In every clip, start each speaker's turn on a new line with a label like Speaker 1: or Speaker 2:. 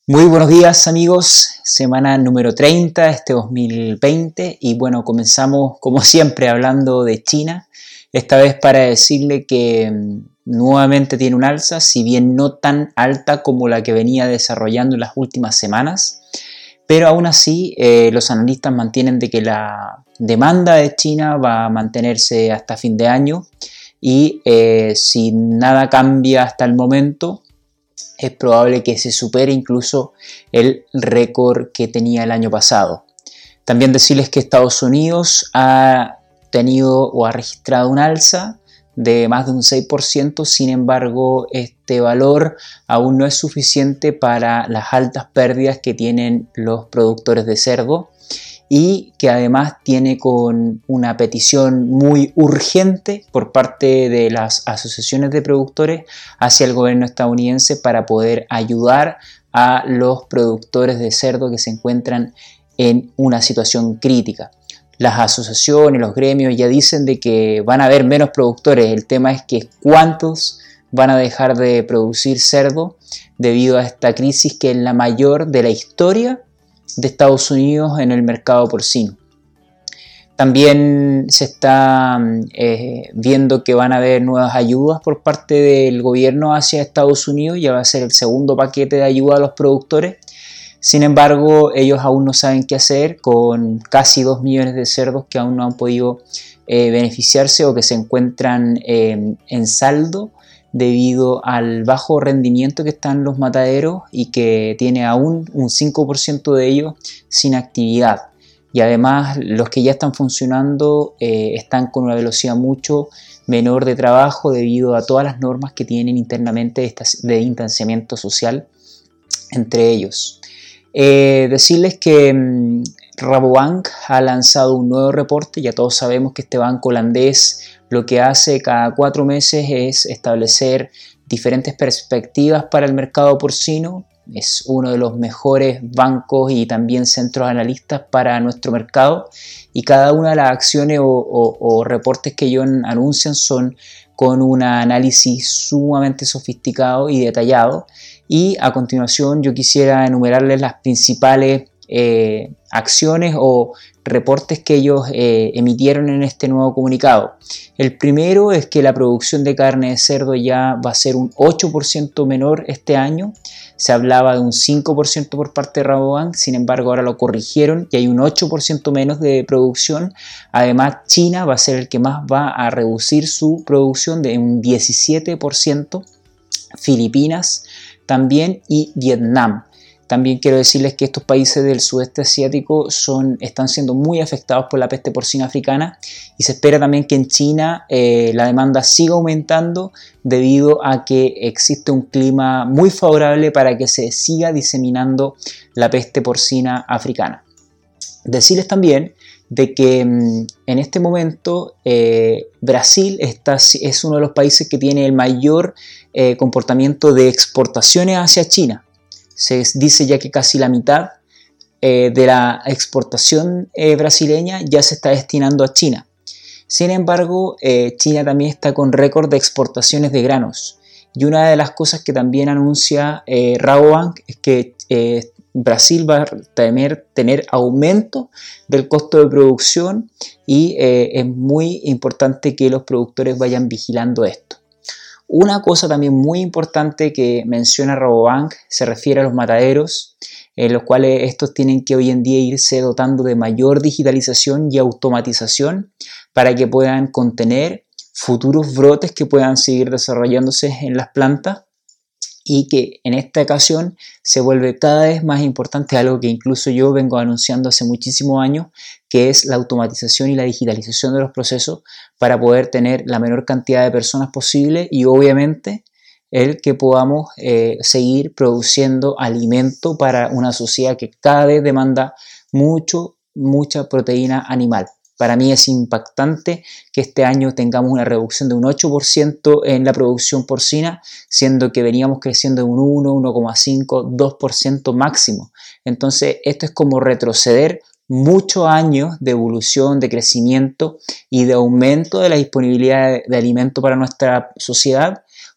Speaker 1: Muy buenos días amigos, semana número 30 de este 2020 y bueno, comenzamos como siempre hablando de China, esta vez para decirle que nuevamente tiene un alza, si bien no tan alta como la que venía desarrollando en las últimas semanas, pero aún así los analistas mantienen de que la demanda de China va a mantenerse hasta fin de año y si nada cambia hasta el momento, es probable que se supere incluso el récord que tenía el año pasado. También decirles que Estados Unidos ha tenido o ha registrado un alza de más de un 6%, sin embargo este valor aún no es suficiente para las altas pérdidas que tienen los productores de cerdo y que además tiene con una petición muy urgente por parte de las asociaciones de productores hacia el gobierno estadounidense para poder ayudar a los productores de cerdo que se encuentran en una situación crítica. Las asociaciones, los gremios ya dicen de que van a haber menos productores, el tema es que cuántos van a dejar de producir cerdo debido a esta crisis que es la mayor de la historia de Estados Unidos en el mercado porcino. También se está viendo que van a haber nuevas ayudas por parte del gobierno hacia Estados Unidos, ya va a ser el segundo paquete de ayuda a los productores. Sin embargo, ellos aún no saben qué hacer con casi 2 millones de cerdos que aún no han podido beneficiarse o que se encuentran en saldo debido al bajo rendimiento que están los mataderos y que tiene aún un 5% de ellos sin actividad. Y además los que ya están funcionando están con una velocidad mucho menor de trabajo debido a todas las normas que tienen internamente de distanciamiento social entre ellos. Decirles que Rabobank ha lanzado un nuevo reporte. Ya todos sabemos que este banco holandés lo que hace cada 4 meses es establecer diferentes perspectivas para el mercado porcino. Es uno de los mejores bancos y también centros analistas para nuestro mercado, y cada una de las acciones o reportes que ellos anuncian son con un análisis sumamente sofisticado y detallado. Y a continuación yo quisiera enumerarles las principales acciones o reportes que ellos emitieron en este nuevo comunicado. El primero es que la producción de carne de cerdo ya va a ser un 8% menor este año. Se hablaba de un 5% por parte de Rabobank, sin embargo ahora lo corrigieron y hay un 8% menos de producción. Además, China va a ser el que más va a reducir su producción de un 17%, Filipinas también y Vietnam. También quiero decirles que estos países del sudeste asiático están siendo muy afectados por la peste porcina africana, y se espera también que en China la demanda siga aumentando debido a que existe un clima muy favorable para que se siga diseminando la peste porcina africana. Decirles también de que en este momento Brasil es uno de los países que tiene el mayor comportamiento de exportaciones hacia China. Se dice ya que casi la mitad de la exportación brasileña ya se está destinando a China. Sin embargo, China también está con récord de exportaciones de granos. Y una de las cosas que también anuncia Rabobank es que Brasil va a tener aumento del costo de producción y es muy importante que los productores vayan vigilando esto. Una cosa también muy importante que menciona Rabobank se refiere a los mataderos, en los cuales estos tienen que hoy en día irse dotando de mayor digitalización y automatización para que puedan contener futuros brotes que puedan seguir desarrollándose en las plantas, y que en esta ocasión se vuelve cada vez más importante, algo que incluso yo vengo anunciando hace muchísimos años, que es la automatización y la digitalización de los procesos para poder tener la menor cantidad de personas posible y obviamente el que podamos seguir produciendo alimento para una sociedad que cada vez demanda mucha proteína animal. Para mí es impactante que este año tengamos una reducción de un 8% en la producción porcina, siendo que veníamos creciendo de un 1, 1,5, 2% máximo. Entonces, esto es como retroceder muchos años de evolución, de crecimiento y de aumento de la disponibilidad de alimento para nuestra sociedad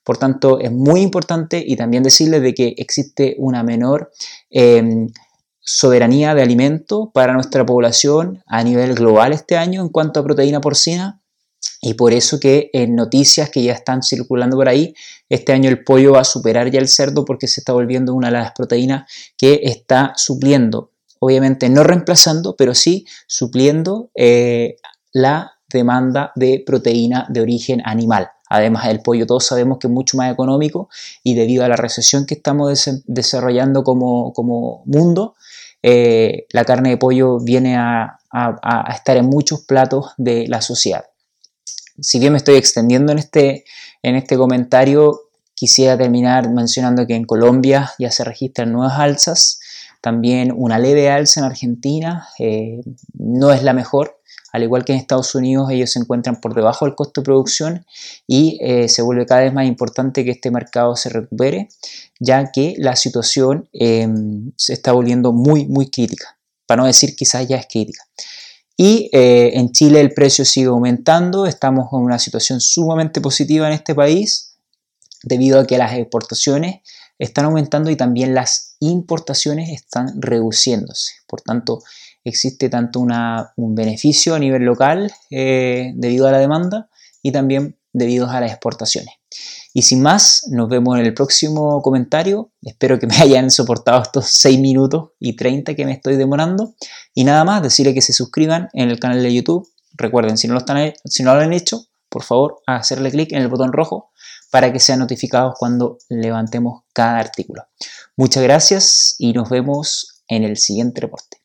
Speaker 1: Por tanto, es muy importante y también decirles de que existe una menor soberanía de alimento para nuestra población a nivel global este año en cuanto a proteína porcina. Y por eso que en noticias que ya están circulando por ahí, este año el pollo va a superar ya el cerdo porque se está volviendo una de las proteínas que está supliendo, obviamente no reemplazando, pero sí supliendo la demanda de proteína de origen animal. Además, el pollo todos sabemos que es mucho más económico y debido a la recesión que estamos desarrollando como mundo, la carne de pollo viene a estar en muchos platos de la sociedad. Si bien me estoy extendiendo en este comentario, quisiera terminar mencionando que en Colombia ya se registran nuevas alzas, también una leve alza en Argentina, no es la mejor, al igual que en Estados Unidos ellos se encuentran por debajo del costo de producción y se vuelve cada vez más importante que este mercado se recupere, ya que la situación se está volviendo muy, muy crítica, para no decir quizás ya es crítica. Y en Chile el precio sigue aumentando, estamos en una situación sumamente positiva en este país debido a que las exportaciones están aumentando y también las importaciones están reduciéndose. Por tanto, existe tanto un beneficio a nivel local debido a la demanda y también debido a las exportaciones. Y sin más, nos vemos en el próximo comentario. Espero que me hayan soportado estos 6 minutos y 30 que me estoy demorando. Y nada más, decirles que se suscriban en el canal de YouTube. Recuerden, si no lo han hecho, por favor, hacerle clic en el botón rojo para que sean notificados cuando levantemos cada artículo. Muchas gracias y nos vemos en el siguiente reporte.